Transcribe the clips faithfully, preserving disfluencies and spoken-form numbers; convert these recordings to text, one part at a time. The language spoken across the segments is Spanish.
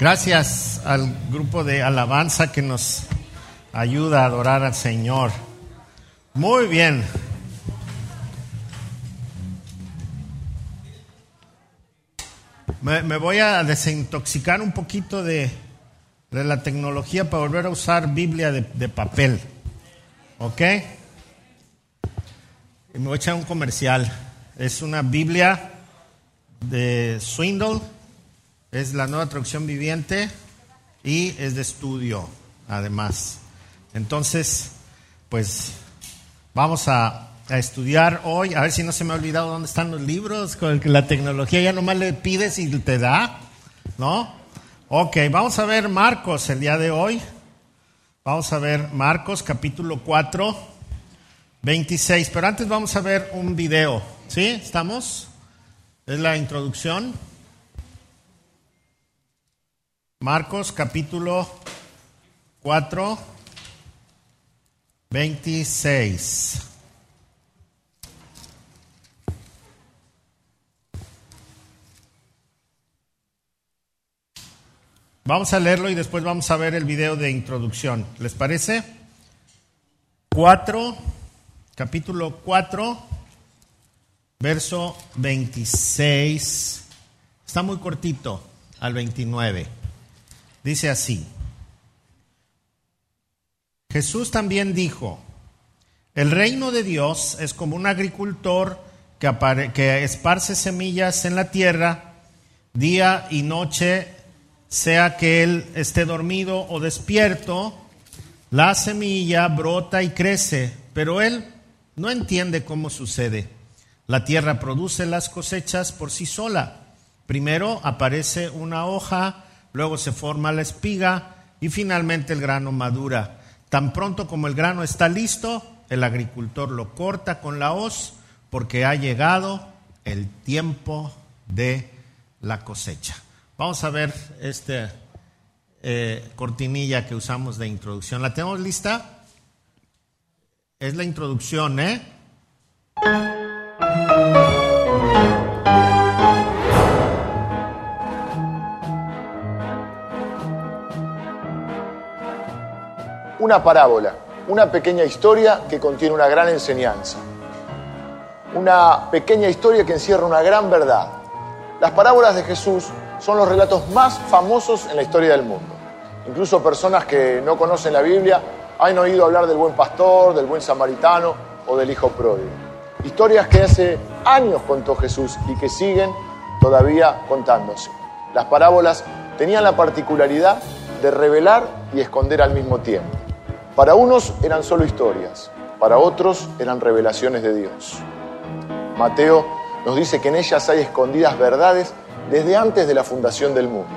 Gracias al grupo de alabanza que nos ayuda a adorar al Señor. Muy bien. Me, me voy a desintoxicar un poquito de, de la tecnología para volver a usar Biblia de, de papel. ¿Ok? Y me voy a echar un comercial. Es una Biblia de Swindoll. Es la Nueva Traducción Viviente y es de estudio, además. Entonces, pues vamos a, a estudiar hoy. A ver si no se me ha olvidado dónde están los libros. Con la tecnología ya nomás le pides y te da, ¿no? Ok, vamos a ver Marcos el día de hoy. Vamos a ver Marcos capítulo cuatro, veintiséis. Pero antes vamos a ver un video. ¿Sí? ¿Estamos? Es la introducción. Marcos capítulo cuatro, veintiséis. Vamos a leerlo y después vamos a ver el video de introducción. ¿Les parece? cuatro, capítulo cuatro, verso veintiséis. Está muy cortito, al veintinueve. Dice así: Jesús también dijo: el reino de Dios es como un agricultor que, apare- que esparce semillas en la tierra día y noche, sea que él esté dormido o despierto. La semilla brota y crece, pero él no entiende cómo sucede. La tierra produce las cosechas por sí sola. Primero aparece una hoja, luego se forma la espiga y finalmente el grano madura. Tan pronto como el grano está listo, el agricultor lo corta con la hoz porque ha llegado el tiempo de la cosecha. Vamos a ver esta eh, cortinilla que usamos de introducción. ¿La tenemos lista? Es la introducción, ¿eh? Una parábola, una pequeña historia que contiene una gran enseñanza. Una pequeña historia que encierra una gran verdad. Las parábolas de Jesús son los relatos más famosos en la historia del mundo. Incluso personas que no conocen la Biblia han oído hablar del buen pastor, del buen samaritano o del hijo pródigo. Historias que hace años contó Jesús y que siguen todavía contándose. Las parábolas tenían la particularidad de revelar y esconder al mismo tiempo. Para unos eran solo historias, para otros eran revelaciones de Dios. Mateo nos dice que en ellas hay escondidas verdades desde antes de la fundación del mundo.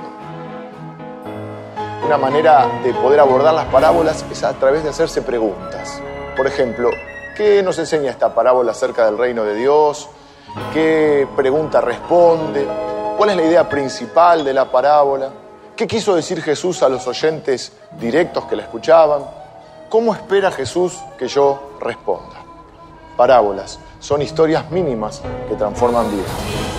Una manera de poder abordar las parábolas es a través de hacerse preguntas. Por ejemplo, ¿qué nos enseña esta parábola acerca del reino de Dios? ¿Qué pregunta responde? ¿Cuál es la idea principal de la parábola? ¿Qué quiso decir Jesús a los oyentes directos que la escuchaban? ¿Cómo espera Jesús que yo responda? Parábolas son historias mínimas que transforman vidas.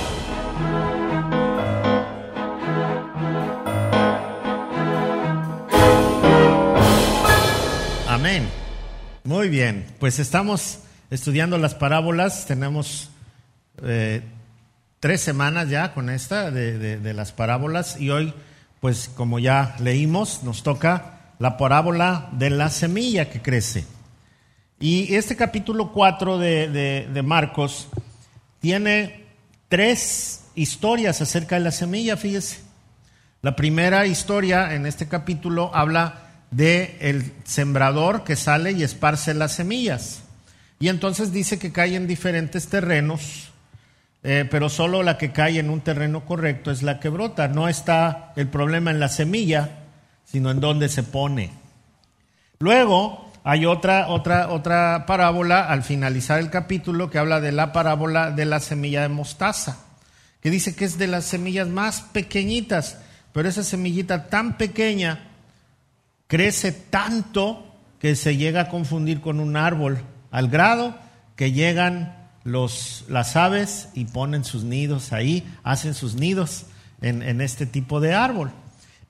Amén. Muy bien, pues estamos estudiando las parábolas. Tenemos eh, tres semanas ya con esta de, de, de las parábolas y hoy, pues como ya leímos, nos toca la parábola de la semilla que crece. Y este capítulo cuatro de, de, de Marcos tiene tres historias acerca de la semilla, fíjese. La primera historia en este capítulo habla de el sembrador que sale y esparce las semillas. Y entonces dice que cae en diferentes terrenos, eh, pero solo la que cae en un terreno correcto es la que brota. No está el problema en la semilla, sino en dónde se pone. Luego hay otra, otra, otra parábola al finalizar el capítulo que habla de la parábola de la semilla de mostaza, que dice que es de las semillas más pequeñitas, pero esa semillita tan pequeña crece tanto que se llega a confundir con un árbol, al grado que llegan los, las aves y ponen sus nidos ahí, hacen sus nidos en, en este tipo de árbol.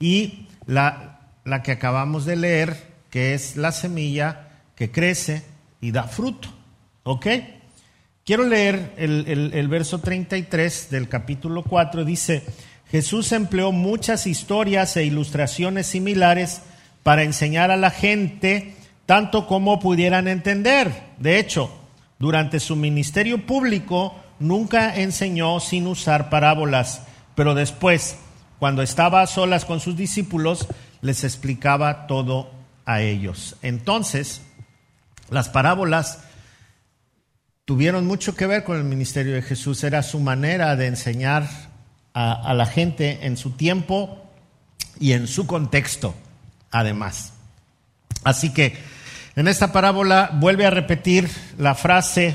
y la, la que acabamos de leer, que es la semilla que crece y da fruto. ¿Ok? Quiero leer el, el, el verso treinta y tres del capítulo cuatro. Dice: Jesús empleó muchas historias e ilustraciones similares para enseñar a la gente tanto como pudieran entender. De hecho, durante su ministerio público nunca enseñó sin usar parábolas, pero después, cuando estaba a solas con sus discípulos, les explicaba todo a ellos. Entonces, las parábolas tuvieron mucho que ver con el ministerio de Jesús. Era su manera de enseñar a, a la gente en su tiempo y en su contexto, además. Así que en esta parábola vuelve a repetir la frase: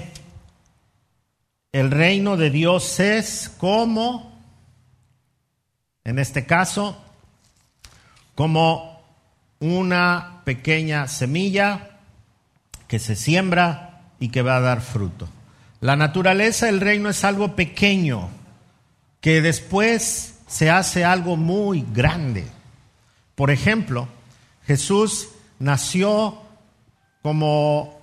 el reino de Dios es como, en este caso, como una pequeña semilla que se siembra y que va a dar fruto. La naturaleza del reino es algo pequeño que después se hace algo muy grande. Por ejemplo, Jesús nació como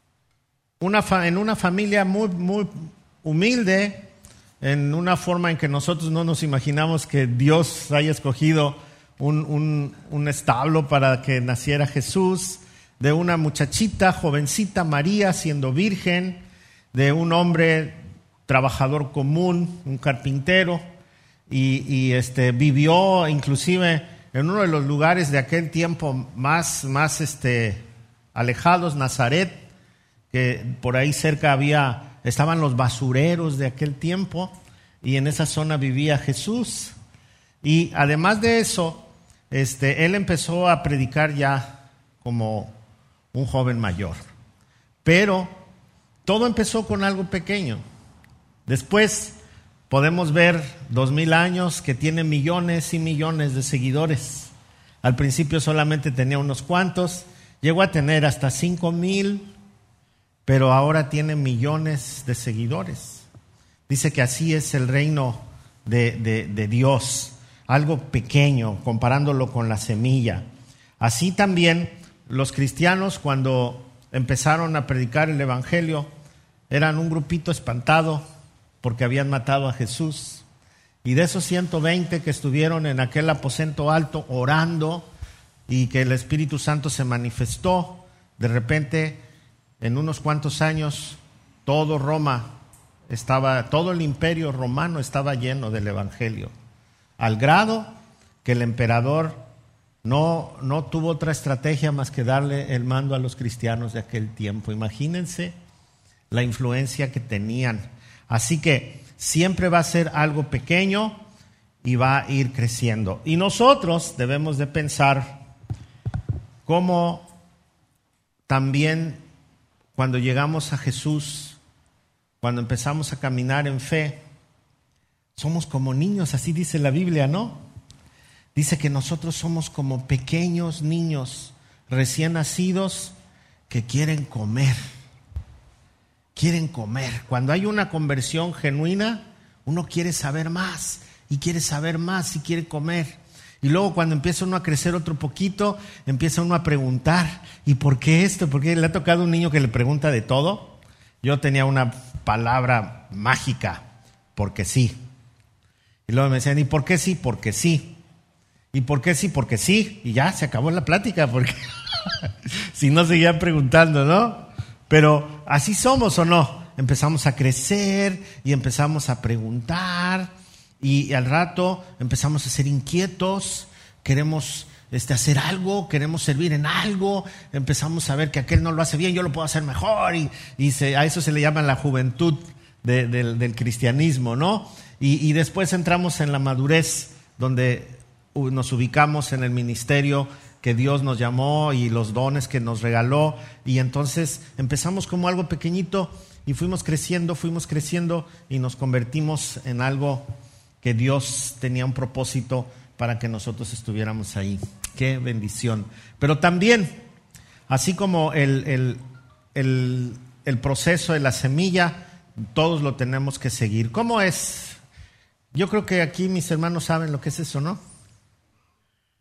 una fa- en una familia muy, muy humilde, en una forma en que nosotros no nos imaginamos que Dios haya escogido un, un, un establo para que naciera Jesús, de una muchachita jovencita, María, siendo virgen, de un hombre trabajador común, un carpintero, y, y este, vivió inclusive en uno de los lugares de aquel tiempo más, más este, alejados, Nazaret, que por ahí cerca había, estaban los basureros de aquel tiempo, y en esa zona vivía Jesús. Y además de eso, este, él empezó a predicar ya como un joven mayor. Pero todo empezó con algo pequeño. Después podemos ver dos mil años que tiene millones y millones de seguidores. Al principio solamente tenía unos cuantos, llegó a tener hasta cinco mil, pero ahora tiene millones de seguidores. Dice que así es el reino de, de, de Dios, algo pequeño, comparándolo con la semilla. Así también los cristianos, cuando empezaron a predicar el evangelio, eran un grupito espantado porque habían matado a Jesús. Y de esos ciento veinte que estuvieron en aquel aposento alto orando y que el Espíritu Santo se manifestó, de repente, en unos cuantos años, todo Roma estaba, todo el imperio romano estaba lleno del evangelio, al grado que el emperador No, no tuvo otra estrategia más que darle el mando a los cristianos de aquel tiempo. Imagínense la influencia que tenían. Así que siempre va a ser algo pequeño y va a ir creciendo. Y nosotros debemos de pensar cómo también cuando llegamos a Jesús, cuando empezamos a caminar en fe, somos como niños, así dice la Biblia, ¿no? Dice que nosotros somos como pequeños niños recién nacidos que quieren comer. Quieren comer. Cuando hay una conversión genuina, uno quiere saber más y quiere saber más y quiere comer. Y luego cuando empieza uno a crecer otro poquito, empieza uno a preguntar, ¿y por qué esto? ¿Por qué le ha tocado un niño que le pregunta de todo? Yo tenía una palabra mágica, porque sí. Y luego me decían, ¿y por qué sí? Porque sí. ¿Y por qué sí? Porque sí. Y ya se acabó la plática, porque si no seguían preguntando, ¿no? Pero así somos, ¿o no? Empezamos a crecer y empezamos a preguntar y, y al rato empezamos a ser inquietos, queremos este, hacer algo, queremos servir en algo, empezamos a ver que aquel no lo hace bien, yo lo puedo hacer mejor y, y se, a eso se le llama la juventud de, de, del cristianismo, ¿no? Y, y después entramos en la madurez, donde nos ubicamos en el ministerio que Dios nos llamó y los dones que nos regaló, y entonces empezamos como algo pequeñito y fuimos creciendo, fuimos creciendo y nos convertimos en algo que Dios tenía un propósito para que nosotros estuviéramos ahí. ¡Qué bendición! Pero también, así como el, el, el, el proceso de la semilla, todos lo tenemos que seguir. ¿Cómo es? Yo creo que aquí mis hermanos saben lo que es eso, ¿no?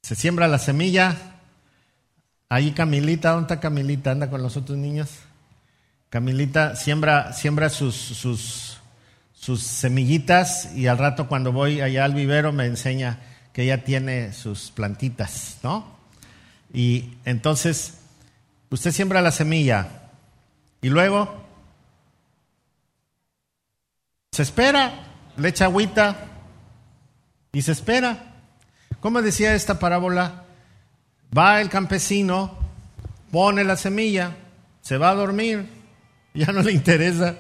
Se siembra la semilla. Ahí Camilita, ¿dónde está Camilita? Anda con los otros niños. Camilita siembra, siembra sus, sus, sus semillitas y al rato cuando voy allá al vivero me enseña que ella tiene sus plantitas, ¿no? Y entonces usted siembra la semilla y luego se espera, le echa agüita y se espera. ¿Cómo decía esta parábola? Va el campesino, pone la semilla, se va a dormir, ya no le interesa.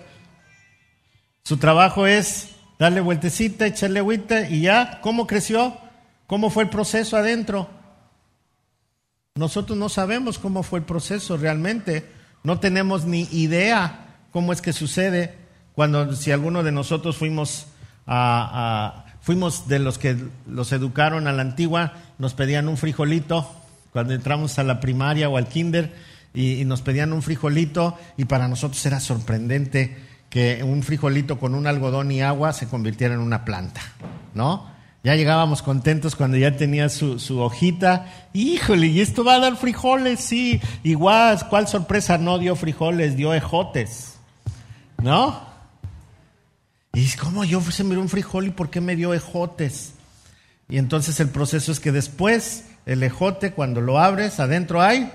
Su trabajo es darle vueltecita, echarle agüita y ya. ¿Cómo creció? ¿Cómo fue el proceso adentro? Nosotros no sabemos cómo fue el proceso realmente. No tenemos ni idea cómo es que sucede. Cuando si alguno de nosotros fuimos a, a fuimos de los que los educaron a la antigua, nos pedían un frijolito cuando entramos a la primaria o al kinder y, y nos pedían un frijolito y para nosotros era sorprendente que un frijolito con un algodón y agua se convirtiera en una planta, ¿no? Ya llegábamos contentos cuando ya tenía su, su hojita. Híjole, ¿y esto va a dar frijoles? Sí, igual, ¿cuál sorpresa? No dio frijoles, dio ejotes, ¿no? Y ¿cómo yo sembré un frijol y por qué me dio ejotes? Y entonces el proceso es que después el ejote, cuando lo abres, adentro hay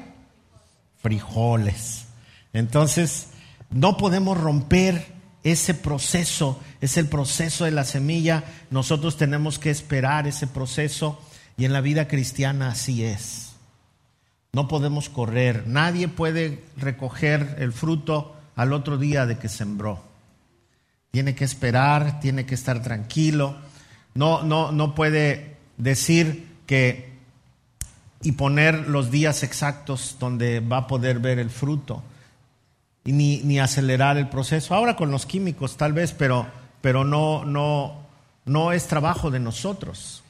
frijoles. Entonces no podemos romper ese proceso, es el proceso de la semilla. Nosotros tenemos que esperar ese proceso y en la vida cristiana así es. No podemos correr, nadie puede recoger el fruto al otro día de que sembró. Tiene que esperar, tiene que estar tranquilo. No, no, no puede decir que y poner los días exactos donde va a poder ver el fruto. Y ni, ni acelerar el proceso. Ahora con los químicos tal vez, pero, pero no, no, no es trabajo de nosotros.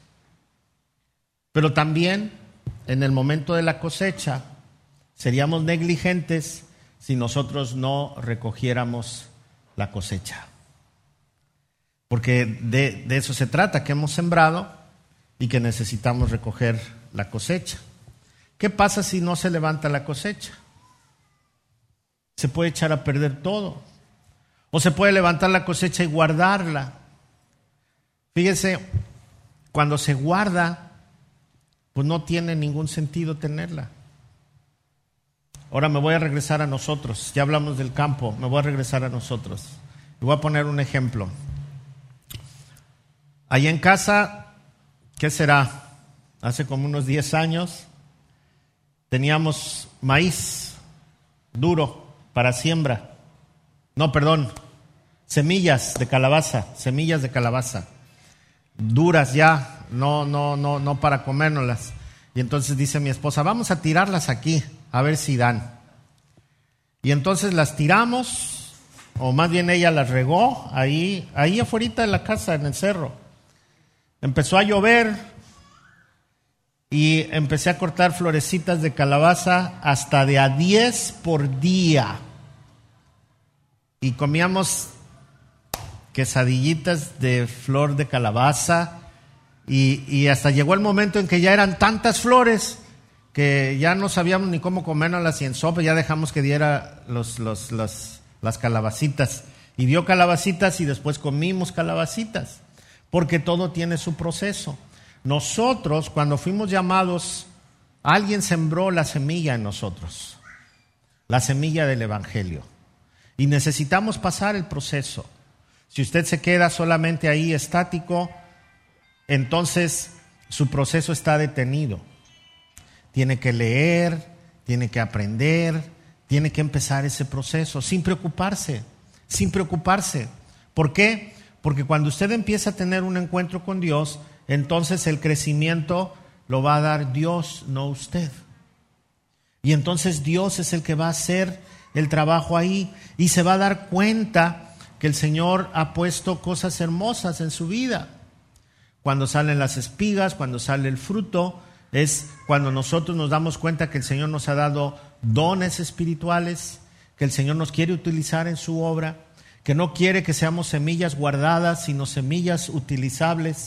Pero también en el momento de la cosecha seríamos negligentes si nosotros no recogiéramos la cosecha. Porque de, de eso se trata, que hemos sembrado y que necesitamos recoger la cosecha. ¿Qué pasa si no se levanta la cosecha? Se puede echar a perder todo. O se puede levantar la cosecha y guardarla. Fíjese, cuando se guarda, pues no tiene ningún sentido tenerla. Ahora me voy a regresar a nosotros. Ya hablamos del campo, me voy a regresar a nosotros. Y voy a poner un ejemplo. Allá en casa, ¿qué será? Hace como unos diez años, teníamos maíz duro para siembra. No, perdón, semillas de calabaza, semillas de calabaza, duras ya, no, no, no, no para comérnoslas. Y entonces dice mi esposa, vamos a tirarlas aquí, a ver si dan. Y entonces las tiramos, o más bien ella las regó ahí, ahí afuera de la casa, en el cerro. Empezó a llover y empecé a cortar florecitas de calabaza hasta de a diez por día. Y comíamos quesadillitas de flor de calabaza y, y hasta llegó el momento en que ya eran tantas flores que ya no sabíamos ni cómo comérnoslas y en sopa ya dejamos que diera los, los, los, las calabacitas. Y dio calabacitas y después comimos calabacitas. Porque todo tiene su proceso. Nosotros, cuando fuimos llamados, alguien sembró la semilla en nosotros, la semilla del Evangelio. Y necesitamos pasar el proceso. Si usted se queda solamente ahí estático, entonces su proceso está detenido. Tiene que leer, tiene que aprender, tiene que empezar ese proceso sin preocuparse, sin preocuparse. ¿Por qué? Porque cuando usted empieza a tener un encuentro con Dios, entonces el crecimiento lo va a dar Dios, no usted. Y entonces Dios es el que va a hacer el trabajo ahí y se va a dar cuenta que el Señor ha puesto cosas hermosas en su vida. Cuando salen las espigas, cuando sale el fruto, es cuando nosotros nos damos cuenta que el Señor nos ha dado dones espirituales, que el Señor nos quiere utilizar en su obra, que no quiere que seamos semillas guardadas, sino semillas utilizables.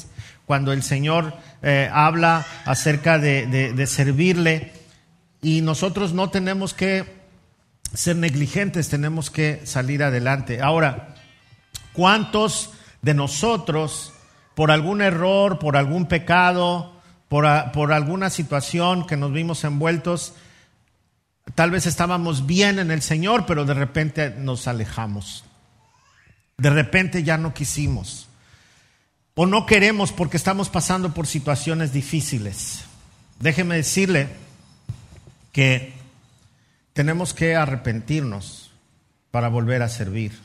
cuando el Señor eh, habla acerca de, de, de servirle, y nosotros no tenemos que ser negligentes, tenemos que salir adelante. Ahora, ¿cuántos de nosotros, por algún error, por algún pecado, por, a, por alguna situación que nos vimos envueltos, tal vez estábamos bien en el Señor, pero de repente nos alejamos? De repente ya no quisimos, o no queremos porque estamos pasando por situaciones difíciles. Déjeme decirle que tenemos que arrepentirnos para volver a servir,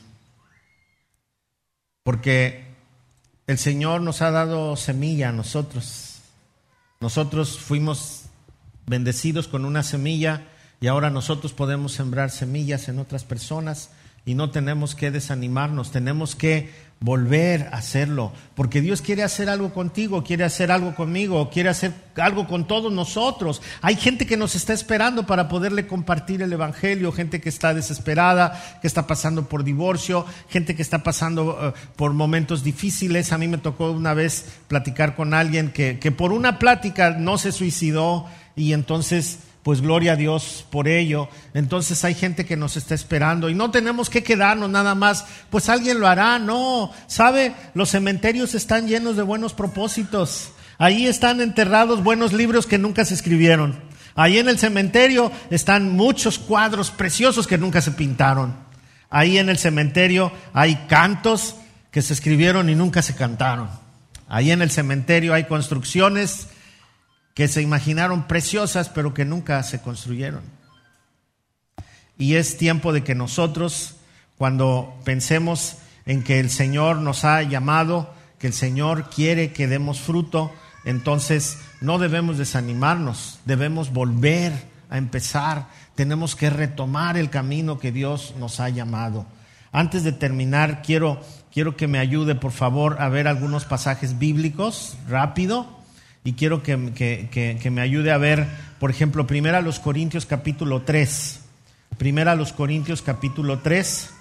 porque el Señor nos ha dado semilla a nosotros. Nosotros fuimos bendecidos con una semilla y ahora nosotros podemos sembrar semillas en otras personas. Y no tenemos que desanimarnos, tenemos que volver a hacerlo, porque Dios quiere hacer algo contigo, quiere hacer algo conmigo, quiere hacer algo con todos nosotros. Hay gente que nos está esperando para poderle compartir el evangelio, gente que está desesperada, que está pasando por divorcio, gente que está pasando uh, por momentos difíciles. A mí me tocó una vez platicar con alguien que, que por una plática no se suicidó, y entonces pues gloria a Dios por ello. Entonces hay gente que nos está esperando y no tenemos que quedarnos nada más, pues alguien lo hará. No, ¿sabe? Los cementerios están llenos de buenos propósitos. Ahí están enterrados buenos libros que nunca se escribieron. Ahí en el cementerio están muchos cuadros preciosos que nunca se pintaron. Ahí en el cementerio hay cantos que se escribieron y nunca se cantaron. Ahí en el cementerio hay construcciones que se imaginaron preciosas, pero que nunca se construyeron. Y es tiempo de que nosotros, cuando pensemos en que el Señor nos ha llamado, que el Señor quiere que demos fruto, entonces no debemos desanimarnos, debemos volver a empezar, tenemos que retomar el camino que Dios nos ha llamado. Antes de terminar, quiero, quiero que me ayude, por favor, a ver algunos pasajes bíblicos, rápido. Y quiero que, que, que, que me ayude a ver, por ejemplo, Primera a los Corintios capítulo tres. Primera a los Corintios capítulo tres.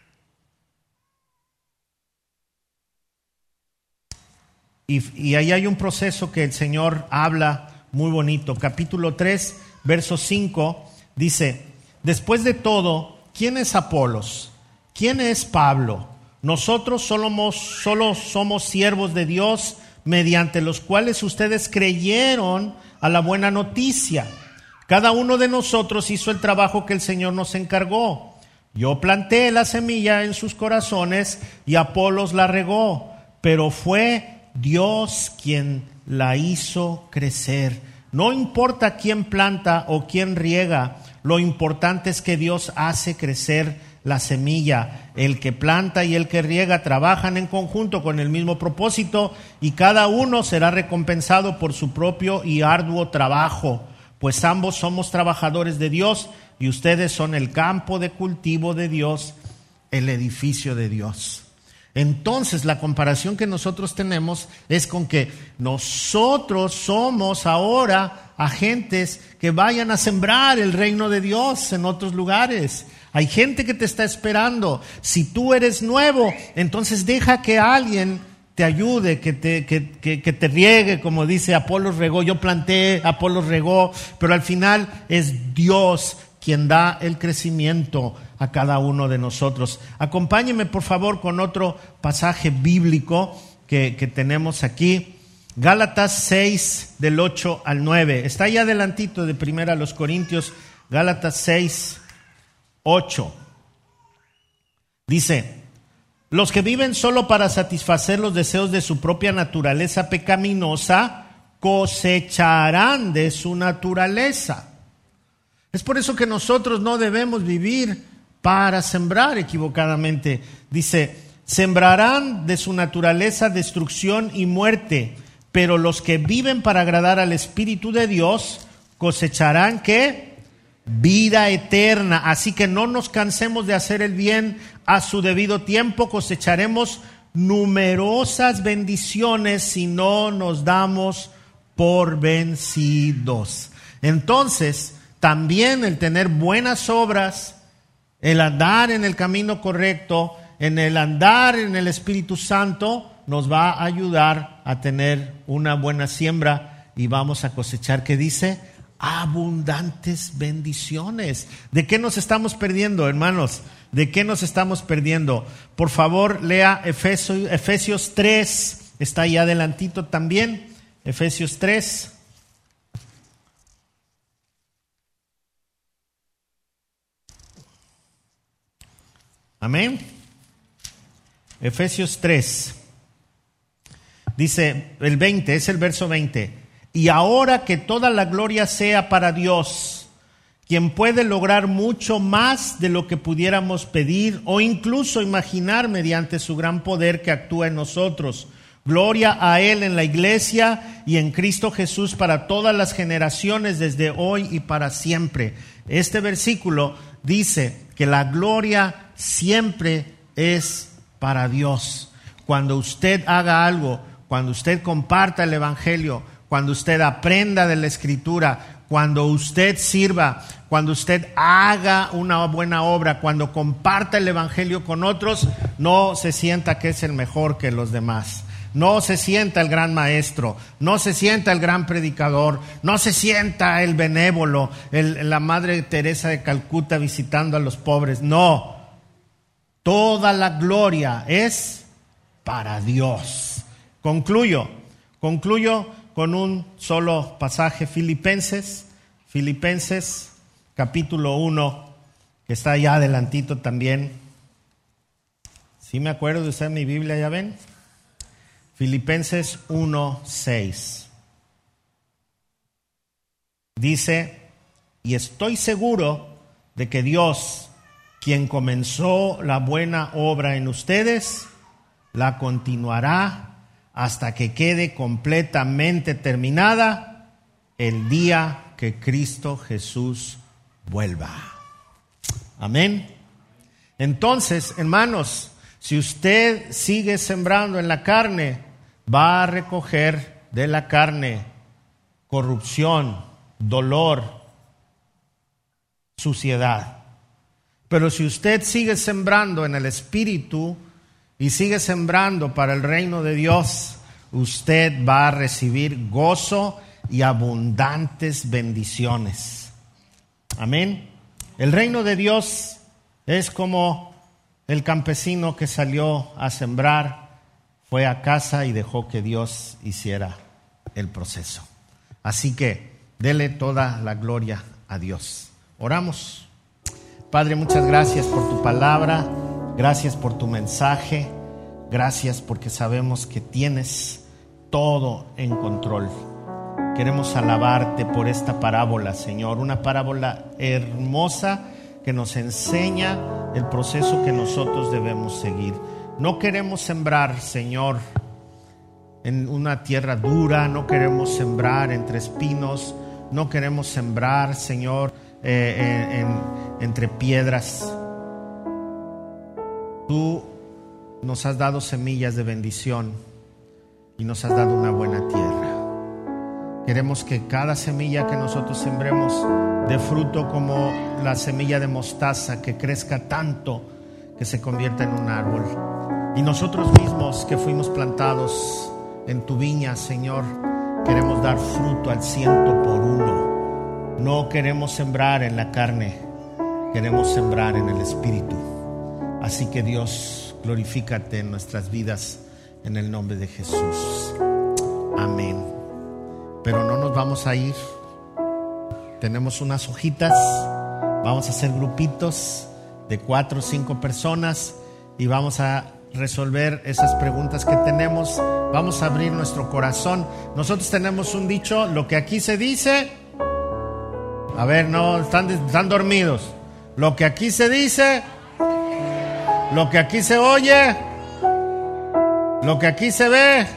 Y, y ahí hay un proceso que el Señor habla muy bonito. Capítulo tres, verso cinco, dice: después de todo, ¿quién es Apolos? ¿Quién es Pablo? Nosotros solo, solo somos siervos de Dios, mediante los cuales ustedes creyeron a la buena noticia. Cada uno de nosotros hizo el trabajo que el Señor nos encargó. Yo planté la semilla en sus corazones y Apolos la regó, pero fue Dios quien la hizo crecer. No importa quién planta o quién riega, lo importante es que Dios hace crecer la semilla. El que planta y el que riega trabajan en conjunto con el mismo propósito, y cada uno será recompensado por su propio y arduo trabajo, pues ambos somos trabajadores de Dios y ustedes son el campo de cultivo de Dios, el edificio de Dios. Entonces la comparación que nosotros tenemos es con que nosotros somos ahora agentes que vayan a sembrar el reino de Dios en otros lugares. Hay gente que te está esperando. Si tú eres nuevo, entonces deja que alguien te ayude, que te, que, que, que te riegue, como dice Apolos regó. Yo planté, Apolos regó, pero al final es Dios quien da el crecimiento a cada uno de nosotros. Acompáñeme por favor con otro pasaje bíblico que, que tenemos aquí. Gálatas seis, del ocho al nueve. Está ahí adelantito de Primera a los Corintios. Gálatas seis, ocho. Dice: los que viven solo para satisfacer los deseos de su propia naturaleza pecaminosa cosecharán de su naturaleza. Es por eso que nosotros no debemos vivir para sembrar equivocadamente. Dice: sembrarán de su naturaleza destrucción y muerte, pero los que viven para agradar al Espíritu de Dios cosecharán ¿qué? Vida eterna. Así que no nos cansemos de hacer el bien. A su debido tiempo cosecharemos numerosas bendiciones si no nos damos por vencidos. Entonces, también el tener buenas obras, el andar en el camino correcto, en el andar en el Espíritu Santo, nos va a ayudar a tener una buena siembra y vamos a cosechar, ¿qué dice? Abundantes bendiciones. ¿De qué nos estamos perdiendo, hermanos? ¿De qué nos estamos perdiendo? Por favor, lea Efesios, Efesios tres, está ahí adelantito también, Efesios tres. Amén. Efesios tres. Dice el veinte, es el verso veinte. Y ahora que toda la gloria sea para Dios, quien puede lograr mucho más de lo que pudiéramos pedir o incluso imaginar mediante su gran poder que actúa en nosotros. Gloria a Él en la iglesia y en Cristo Jesús para todas las generaciones, desde hoy y para siempre. Este versículo dice que la gloria siempre es para Dios. Cuando usted haga algo, cuando usted comparta el evangelio, cuando usted aprenda de la escritura, cuando usted sirva, cuando usted haga una buena obra, cuando comparta el evangelio con otros, no se sienta que es el mejor que los demás. No se sienta el gran maestro, no se sienta el gran predicador, no se sienta el benévolo, el, la Madre Teresa de Calcuta visitando a los pobres. No, toda la gloria es para Dios. Concluyo, concluyo con un solo pasaje, Filipenses, Filipenses capítulo uno, que está allá adelantito también. ¿Sí me acuerdo de usted en mi Biblia, ya ven? Filipenses uno, seis. Dice, y estoy seguro de que Dios, quien comenzó la buena obra en ustedes, la continuará hasta que quede completamente terminada el día que Cristo Jesús vuelva. Amén. Entonces, hermanos, si usted sigue sembrando en la carne, va a recoger de la carne corrupción, dolor, suciedad. Pero si usted sigue sembrando en el Espíritu y sigue sembrando para el reino de Dios, usted va a recibir gozo y abundantes bendiciones. Amén. El reino de Dios es como el campesino que salió a sembrar, fue a casa y dejó que Dios hiciera el proceso. Así que dele toda la gloria a Dios. Oramos. Padre, muchas gracias por tu palabra, gracias por tu mensaje, gracias porque sabemos que tienes todo en control. Queremos alabarte por esta parábola, Señor, una parábola hermosa que nos enseña el proceso que nosotros debemos seguir. No queremos sembrar, Señor, en una tierra dura, no queremos sembrar entre espinos, no queremos sembrar, Señor, eh, en, en, entre piedras. Tú nos has dado semillas de bendición y nos has dado una buena tierra. Queremos que cada semilla que nosotros sembremos dé fruto como la semilla de mostaza, que crezca tanto que se convierta en un árbol. Y nosotros mismos que fuimos plantados en tu viña, Señor, queremos dar fruto al ciento por uno. No queremos sembrar en la carne, queremos sembrar en el Espíritu. Así que Dios, glorifícate en nuestras vidas en el nombre de Jesús. Amén. Pero no nos vamos a ir. Tenemos unas hojitas. Vamos a hacer grupitos de cuatro o cinco personas y vamos a resolver esas preguntas que tenemos. Vamos a abrir nuestro corazón. Nosotros tenemos un dicho: lo que aquí se dice, a ver, no, están, están dormidos. Lo que aquí se dice, lo que aquí se oye, lo que aquí se ve.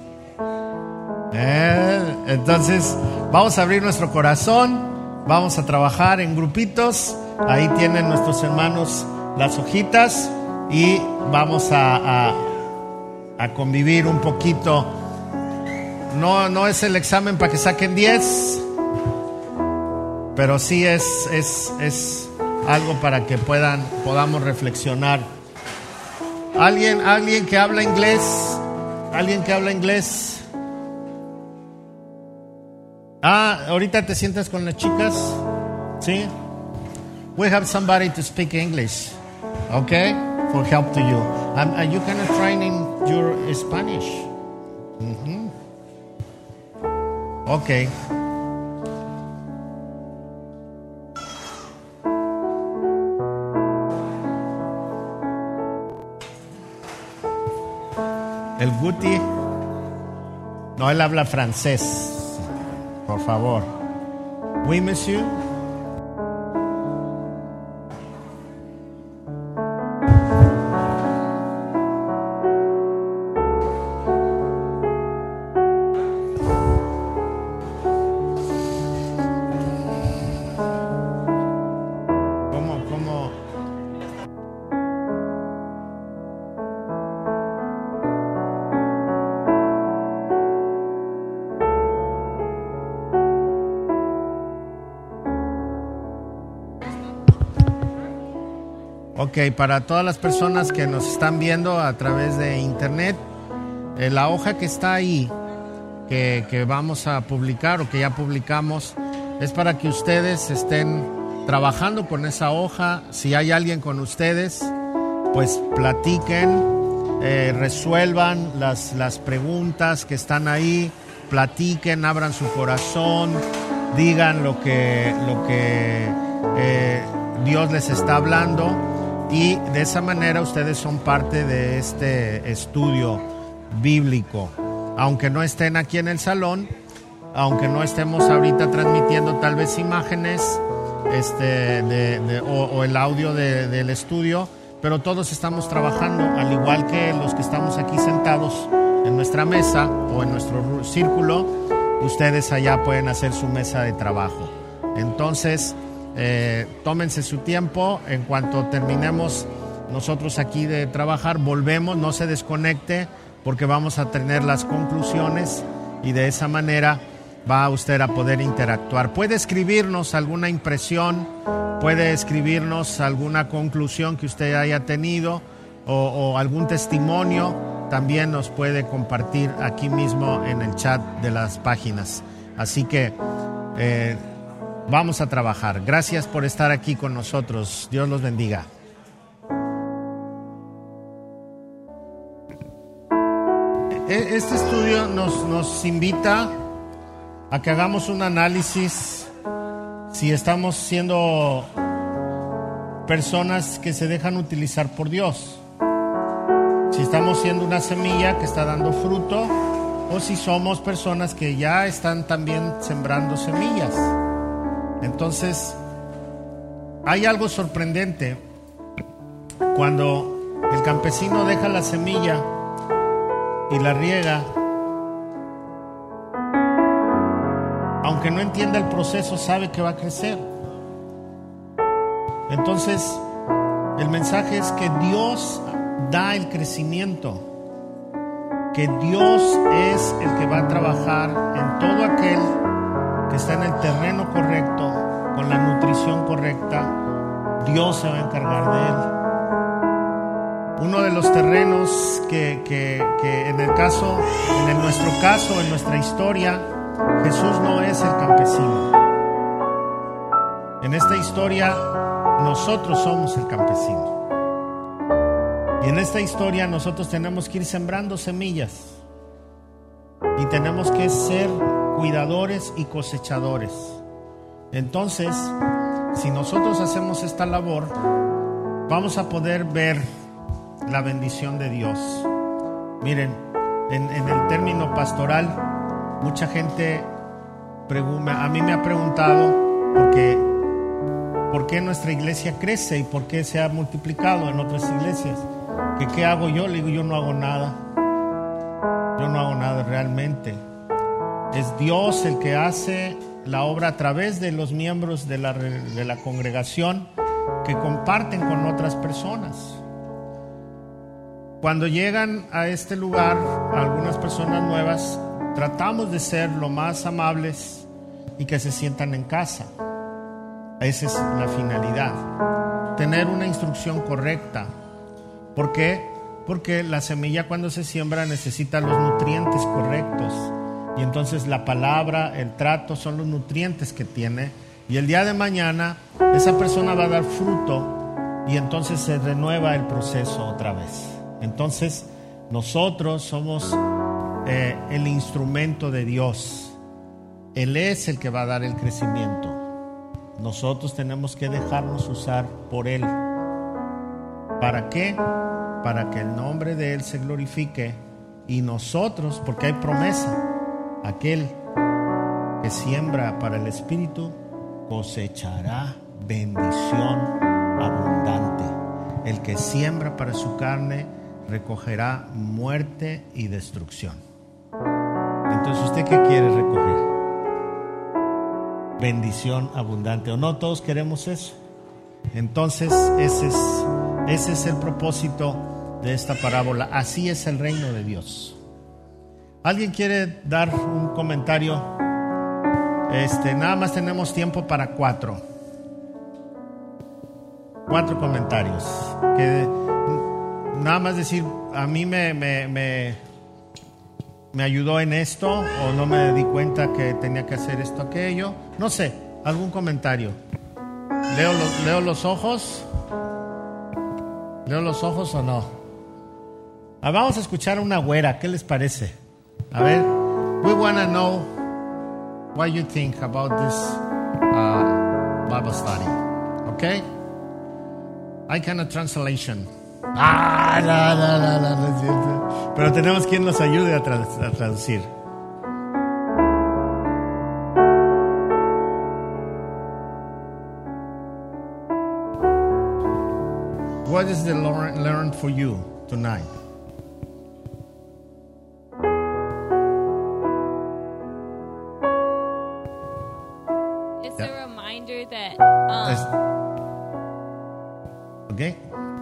Eh, entonces vamos a abrir nuestro corazón, vamos a trabajar en grupitos. Ahí tienen nuestros hermanos las hojitas y vamos a, a, a convivir un poquito. No, no es el examen para que saquen diez, pero sí es, es, es algo para que puedan, podamos reflexionar. ¿Alguien, alguien que habla inglés? ¿Alguien que habla inglés? Ah, ahorita te sientas con las chicas. ¿Sí? We have somebody to speak English. Okay? For help to you. Um, are you kind of training your Spanish? Mm-hmm. Okay. El Guti, no, él habla francés, por favor. Oui, monsieur. ¿Cómo, cómo? Ok, para todas las personas que nos están viendo a través de internet, eh, la hoja que está ahí, que, que vamos a publicar o que ya publicamos, es para que ustedes estén trabajando con esa hoja. Si hay alguien con ustedes, pues platiquen, eh, resuelvan las, las preguntas que están ahí, platiquen, abran su corazón, digan lo que, lo que eh, Dios les está hablando. Y de esa manera ustedes son parte de este estudio bíblico. Aunque no estén aquí en el salón, aunque no estemos ahorita transmitiendo tal vez imágenes este, de, de, o, o el audio de, del estudio, pero todos estamos trabajando, al igual que los que estamos aquí sentados en nuestra mesa o en nuestro círculo, ustedes allá pueden hacer su mesa de trabajo. Entonces, Eh, tómense su tiempo. En cuanto terminemos nosotros aquí de trabajar, volvemos, no se desconecte, porque vamos a tener las conclusiones y de esa manera va usted a poder interactuar. Puede escribirnos alguna impresión, puede escribirnos alguna conclusión que usted haya tenido o, o algún testimonio, también nos puede compartir aquí mismo en el chat de las páginas. Así que eh, vamos a trabajar. Gracias por estar aquí con nosotros. Dios los bendiga. Este estudio nos, nos invita a que hagamos un análisis si estamos siendo personas que se dejan utilizar por Dios, si estamos siendo una semilla que está dando fruto o si somos personas que ya están también sembrando semillas. Entonces, hay algo sorprendente cuando el campesino deja la semilla y la riega. Aunque no entienda el proceso, sabe que va a crecer. Entonces, el mensaje es que Dios da el crecimiento, que Dios es el que va a trabajar en todo aquel que está en el terreno correcto, con la nutrición correcta. Dios se va a encargar de él. Uno de los terrenos que, que, que en el caso, en el nuestro caso, en nuestra historia, Jesús no es el campesino. En esta historia, nosotros somos el campesino. Y en esta historia nosotros tenemos que ir sembrando semillas. Y tenemos que ser cuidadores y cosechadores. Entonces, si nosotros hacemos esta labor, vamos a poder ver la bendición de Dios. Miren, en, en el término pastoral, mucha gente pregunta, a mí me ha preguntado por qué, por qué nuestra iglesia crece y por qué se ha multiplicado en otras iglesias. ¿Que qué hago yo? Le digo, yo no hago nada. Yo no hago nada realmente. Es Dios el que hace la obra a través de los miembros de la, de la congregación que comparten con otras personas. Cuando llegan a este lugar, algunas personas nuevas, tratamos de ser lo más amables y que se sientan en casa. Esa es la finalidad. Tener una instrucción correcta. ¿Por qué? Porque la semilla cuando se siembra necesita los nutrientes correctos. Y entonces la palabra, el trato son los nutrientes que tiene. Y el día de mañana esa persona va a dar fruto y entonces se renueva el proceso otra vez. Entonces nosotros somos eh, el instrumento de Dios. Él es el que va a dar el crecimiento. Nosotros tenemos que dejarnos usar por Él. ¿Para qué? Para que el nombre de Él se glorifique y nosotros, porque hay promesa, aquel que siembra para el Espíritu cosechará bendición abundante. El que siembra para su carne recogerá muerte y destrucción. Entonces, ¿usted qué quiere recoger? Bendición abundante. ¿O no todos queremos eso? Entonces, ese es, ese es el propósito de esta parábola. Así es el reino de Dios. ¿Alguien quiere dar un comentario? Este, nada más tenemos tiempo para cuatro. Cuatro comentarios. Que nada más decir, a mí me, me, me, me ayudó en esto, o no me di cuenta que tenía que hacer esto, aquello. No sé, algún comentario. ¿Leo los, leo los ojos? ¿Leo los ojos o no? Ah, vamos a escuchar a una güera, ¿qué les parece? A ver, we wanna know what you think about this uh, Bible study, okay? I cannot translation. Ah, no, no, no, no, no es cierto. Pero tenemos quien nos ayude a, tra- a traducir. What is the learn, learn for you tonight? It's Yeah. a reminder that um, Es- okay.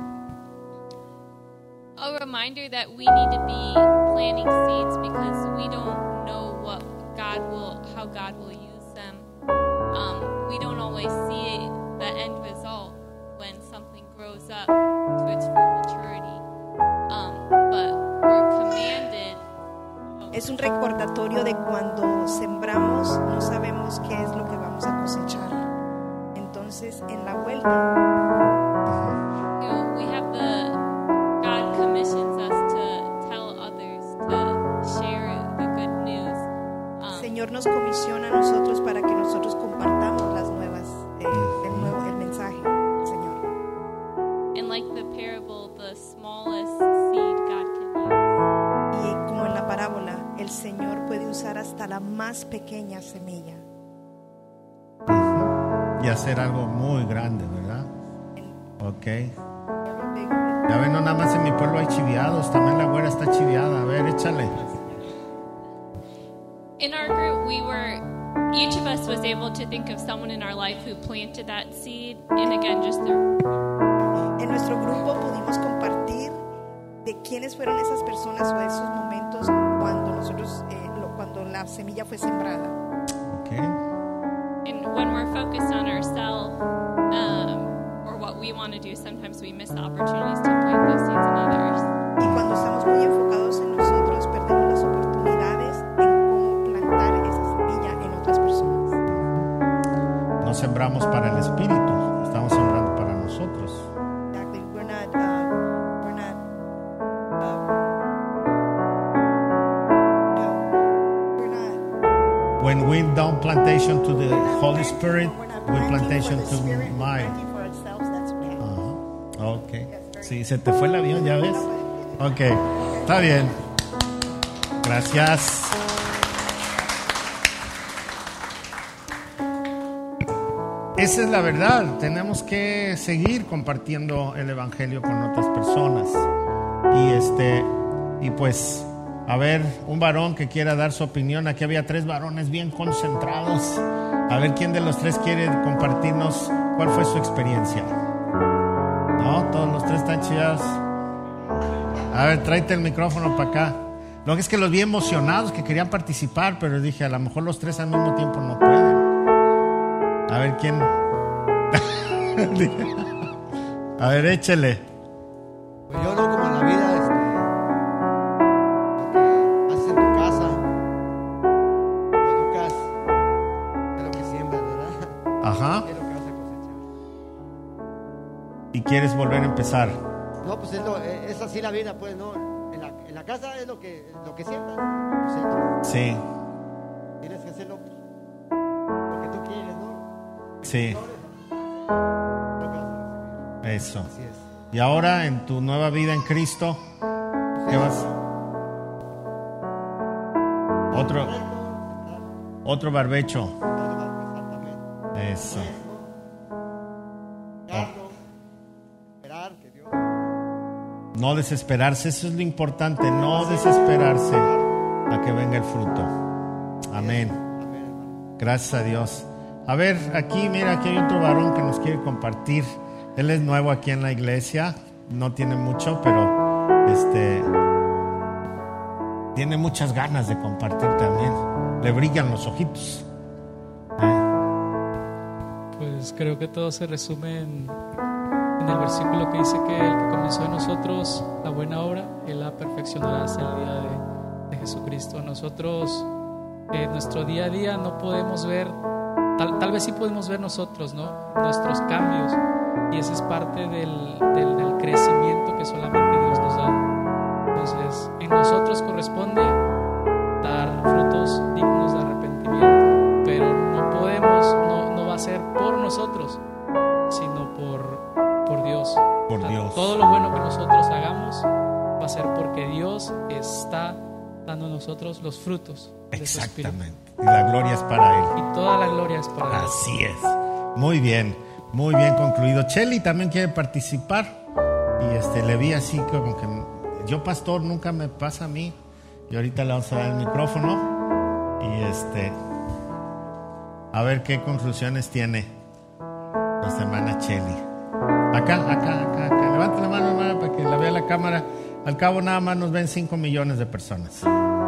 a reminder that we need to be planting seeds because we don't know what God will, how God will use them. Um, we don't always see the end result when something grows up to its full maturity. Um, but we're commanded. Es un recordatorio de cuando sembramos, no sabemos qué es lo que vamos a cosechar. Entonces, en la vuelta, You know, we have the God commissions us to tell others to share the good news. el Um, Señor nos comisiona a nosotros para que nosotros compartamos las nuevas, eh, el nuevo, el mensaje del Señor. and like the parable, the smallest seed God can use. Y como en la parábola, el Señor puede usar hasta la más pequeña semilla. Y hacer algo muy grande, ¿verdad? Ok. Ya ven, no nada más en mi pueblo hay chiviados, también la güera está chiviada. A ver, échale. In our group, we were, each of us was able to think of someone in our life who planted that seed. And again, just the, En nuestro grupo pudimos compartir de quiénes fueron esas personas o esos momentos cuando nosotros, eh, lo- cuando la semilla fue sembrada. Ok. and when we're focused on ourselves um, or what we want to do, sometimes we miss the opportunities to plant those seeds in others. Y cuando estamos muy enfocados en nosotros, perdemos las oportunidades en cómo plantar esa semilla en otras personas. No sembramos para el espíritu, estamos sembrando para nosotros. Exactly. We're not, uh, we're not, uh, no, we're not. When we don't plantation to the we're not Holy planting- Spirit, we're not we planting plantation for the to Spirit, we're my. planting for ourselves, that's what happens. Ajá. Ok. Sí, se te fue el avión, ¿ya ves? Ok, está bien. Gracias. Esa es la verdad. Tenemos que seguir compartiendo el evangelio con otras personas. Y este, y pues, a ver, un varón que quiera dar su opinión. Aquí había tres varones bien concentrados. A ver quién de los tres quiere compartirnos cuál fue su experiencia. No, todos los tres están chidos. A ver, tráete el micrófono para acá. Lo que es que los vi emocionados, que querían participar, pero dije, a lo mejor los tres al mismo tiempo no pueden. A ver quién. A ver, échele. Pues yo no, como en la vida, este, quieres volver a empezar. No, pues es, lo, es así la vida, pues, ¿no? En la, en la casa es lo que, lo que sientas. Pues, sí. Tienes que hacerlo lo que tú quieres, ¿no? Sí. Eso. Así es. Y ahora en tu nueva vida en Cristo, ¿qué vas? Otro, otro barbecho. Eso. Esperar que Dios. No desesperarse, eso es lo importante, no desesperarse a que venga el fruto. Amén. Gracias a Dios. A ver, aquí, mira, aquí hay otro varón que nos quiere compartir. Él es nuevo aquí en la iglesia, no tiene mucho, pero este tiene muchas ganas de compartir también. Le brillan los ojitos. ¿Eh? Pues creo que todo se resume en, en el versículo que dice que el que comenzó en nosotros la buena obra, Él la perfeccionará hasta el día de, de Jesucristo. Nosotros, en nuestro día a día, no podemos ver, tal, tal vez sí podemos ver nosotros, ¿no? Nuestros cambios. Y esa es parte del, del, del crecimiento que solamente Dios nos da. Entonces, en nosotros corresponde dar frutos dignos de arrepentimiento, pero no podemos, no, no va a ser por nosotros, sino por, por Dios. Por Dios. Todo lo bueno que nosotros hagamos va a ser porque Dios está dando a nosotros los frutos. Exactamente. Y la gloria es para Él. Y toda la gloria es para Él. Así es. Muy bien. Muy bien concluido. Cheli también quiere participar y este le vi así como que yo, pastor, nunca me pasa a mí, y ahorita le vamos a dar el micrófono y este a ver qué conclusiones tiene nuestra hermana Cheli. Acá, acá, acá, acá. Levanta la mano, hermana, para que la vea la cámara. Al cabo nada más nos ven cinco millones de personas.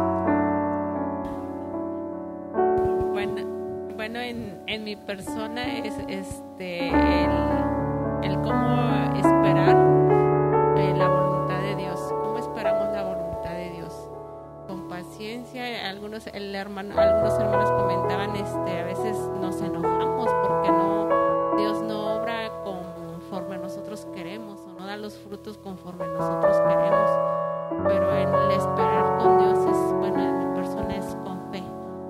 Bueno, en, en mi persona es este el, el cómo esperar eh, la voluntad de Dios, cómo esperamos la voluntad de Dios con paciencia. Algunos el hermano, algunos hermanos comentaban este a veces nos enojamos porque no Dios no obra conforme nosotros queremos o no da los frutos conforme nosotros queremos, pero en el esperar con Dios es bueno, en mi persona es con fe.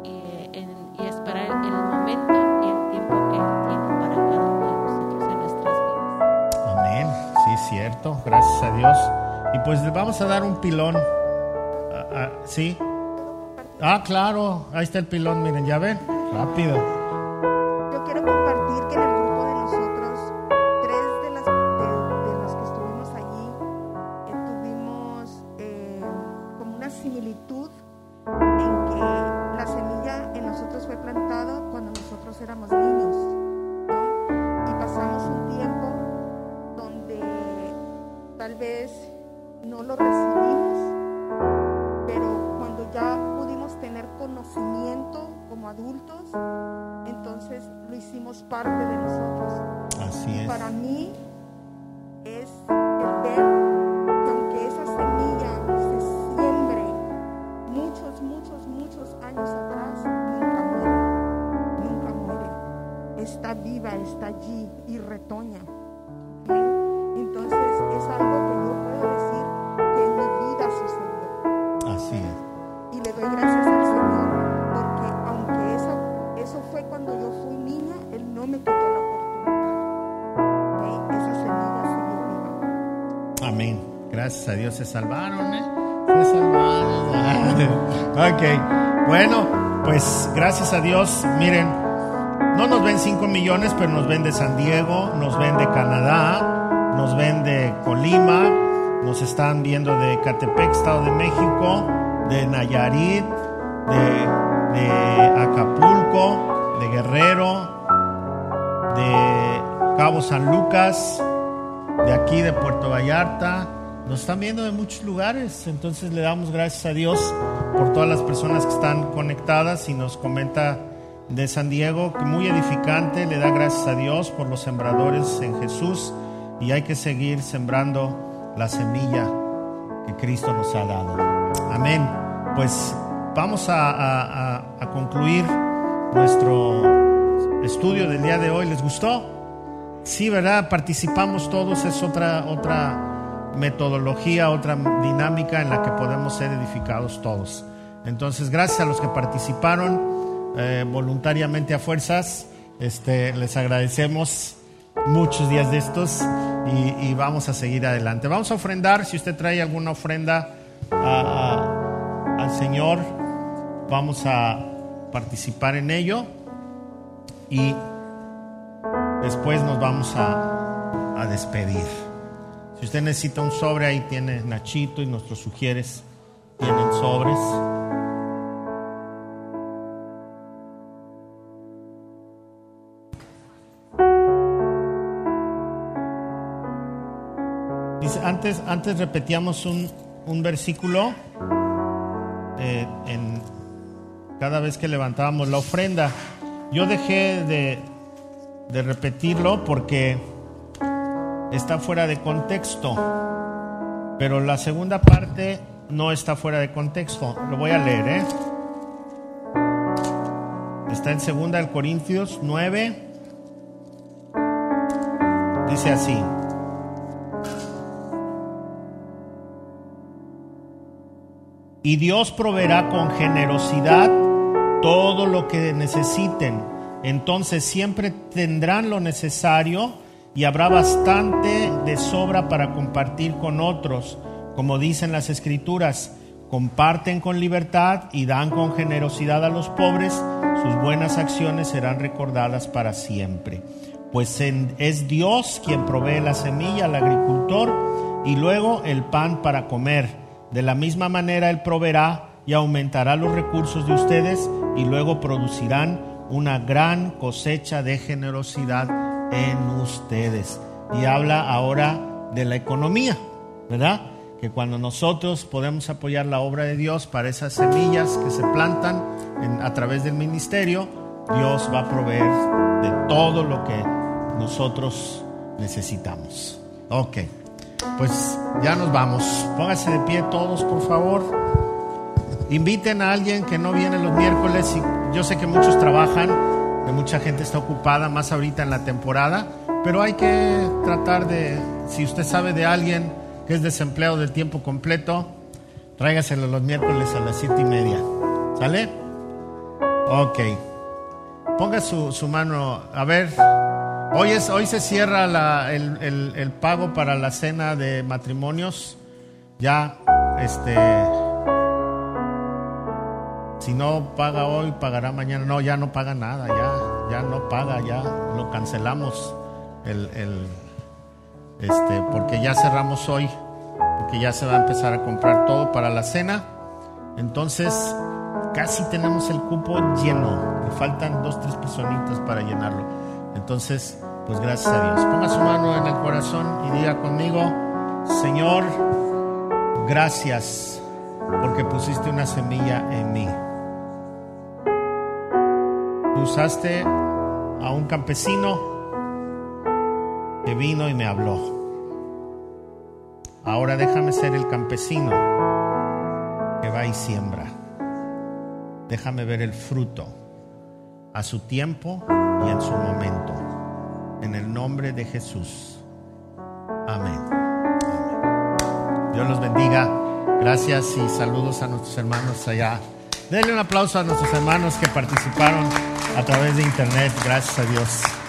Y esperar el momento y el tiempo que Él tiene para cada uno de nosotros en nuestras vidas. Amén, sí, cierto, gracias a Dios. Y pues les vamos a dar un pilón. Ah, ah, ¿sí? Ah, claro, ahí está el pilón, miren, ya ven, rápido. Yo quiero compartir que en el grupo de nosotros, tres de, las, de, de los que estuvimos allí, eh, tuvimos eh, como una similitud en que la semilla en nosotros fue plantado cuando nosotros éramos niños, ¿no? Y pasamos un tiempo donde tal vez no lo recibimos, pero cuando ya pudimos tener conocimiento como adultos, entonces lo hicimos parte de nosotros. Así es. Para mí es el ver que aunque esa semilla se siembre muchos, muchos, muchos años atrás, nunca muere, nunca muere. Está viva, está allí y retoña. ¿Bien? Entonces es algo que yo puedo decir que en mi vida sucedió. Así es. Y le doy gracias al Señor porque aunque eso, eso fue cuando yo fui niña, Él no me quitó la oportunidad. ¿Okay? Esa semilla siguió viva. Amén. Gracias a Dios se salvaron, ¿eh? Se salvaron. Ok. Bueno, pues gracias a Dios. Miren, no nos ven cinco millones, pero nos ven de San Diego, nos ven de Canadá, nos ven de Colima, nos están viendo de Catepec, Estado de México, de Nayarit, de, de Acapulco, de Guerrero, de Cabo San Lucas, de aquí de Puerto Vallarta. Nos están viendo de muchos lugares, entonces le damos gracias a Dios por todas las personas que están conectadas. Y nos comenta de San Diego que muy edificante, le da gracias a Dios por los sembradores en Jesús, y hay que seguir sembrando la semilla que Cristo nos ha dado. Amén. Pues vamos a, a, a, a concluir nuestro estudio del día de hoy. ¿Les gustó? sí, ¿verdad? Participamos todos, es otra, otra metodología, otra dinámica en la que podemos ser edificados todos. Entonces, gracias a los que participaron eh, voluntariamente a fuerzas, este, les agradecemos muchos días de estos y, y vamos a seguir adelante. Vamos a ofrendar. Si usted trae alguna ofrenda a, a, al Señor, vamos a participar en ello y después nos vamos a, a despedir. Si usted necesita un sobre, ahí tiene Nachito y nuestros sugieres tienen sobres. Dice, antes, antes repetíamos un, un versículo eh, en cada vez que levantábamos la ofrenda. Yo dejé de, de repetirlo porque está fuera de contexto, pero la segunda parte no está fuera de contexto. Lo voy a leer, ¿eh? Está en segunda de Corintios nueve. Dice así: y Dios proveerá con generosidad todo lo que necesiten. Entonces siempre tendrán lo necesario y habrá bastante de sobra para compartir con otros. Como dicen las Escrituras, comparten con libertad y dan con generosidad a los pobres. Sus buenas acciones serán recordadas para siempre. Pues en, es Dios quien provee la semilla al agricultor y luego el pan para comer. De la misma manera Él proveerá y aumentará los recursos de ustedes y luego producirán una gran cosecha de generosidad en ustedes. Y habla ahora de la economía, ¿verdad? Que cuando nosotros podemos apoyar la obra de Dios para esas semillas que se plantan en, a través del ministerio, Dios va a proveer de todo lo que nosotros necesitamos. Ok, pues ya nos vamos. Pónganse de pie todos, por favor. Inviten a alguien que no viene los miércoles. Y yo sé que muchos trabajan, que mucha gente está ocupada, más ahorita en la temporada, pero hay que tratar de, si usted sabe de alguien que es desempleado de tiempo completo, tráigaselo los miércoles a las siete y media. ¿Sale? Ok. Ponga su, su mano. A ver, hoy, es, hoy se cierra la, el, el, el pago para la cena de matrimonios. Ya, este... si no paga hoy, pagará mañana. No, ya no paga nada, ya, ya no paga, ya lo cancelamos, el, el, este, porque ya cerramos hoy, porque ya se va a empezar a comprar todo para la cena. Entonces, casi tenemos el cupo lleno. Le faltan dos, tres personitas para llenarlo. Entonces, pues gracias a Dios. Ponga su mano en el corazón y diga conmigo: Señor, gracias porque pusiste una semilla en mí. Usaste a un campesino que vino y me habló. Ahora déjame ser el campesino que va y siembra. Déjame ver el fruto a su tiempo y en su momento. En el nombre de Jesús. Amén. Amén. Dios los bendiga. Gracias y saludos a nuestros hermanos allá. Denle un aplauso a nuestros hermanos que participaron a través de internet. Gracias a Dios.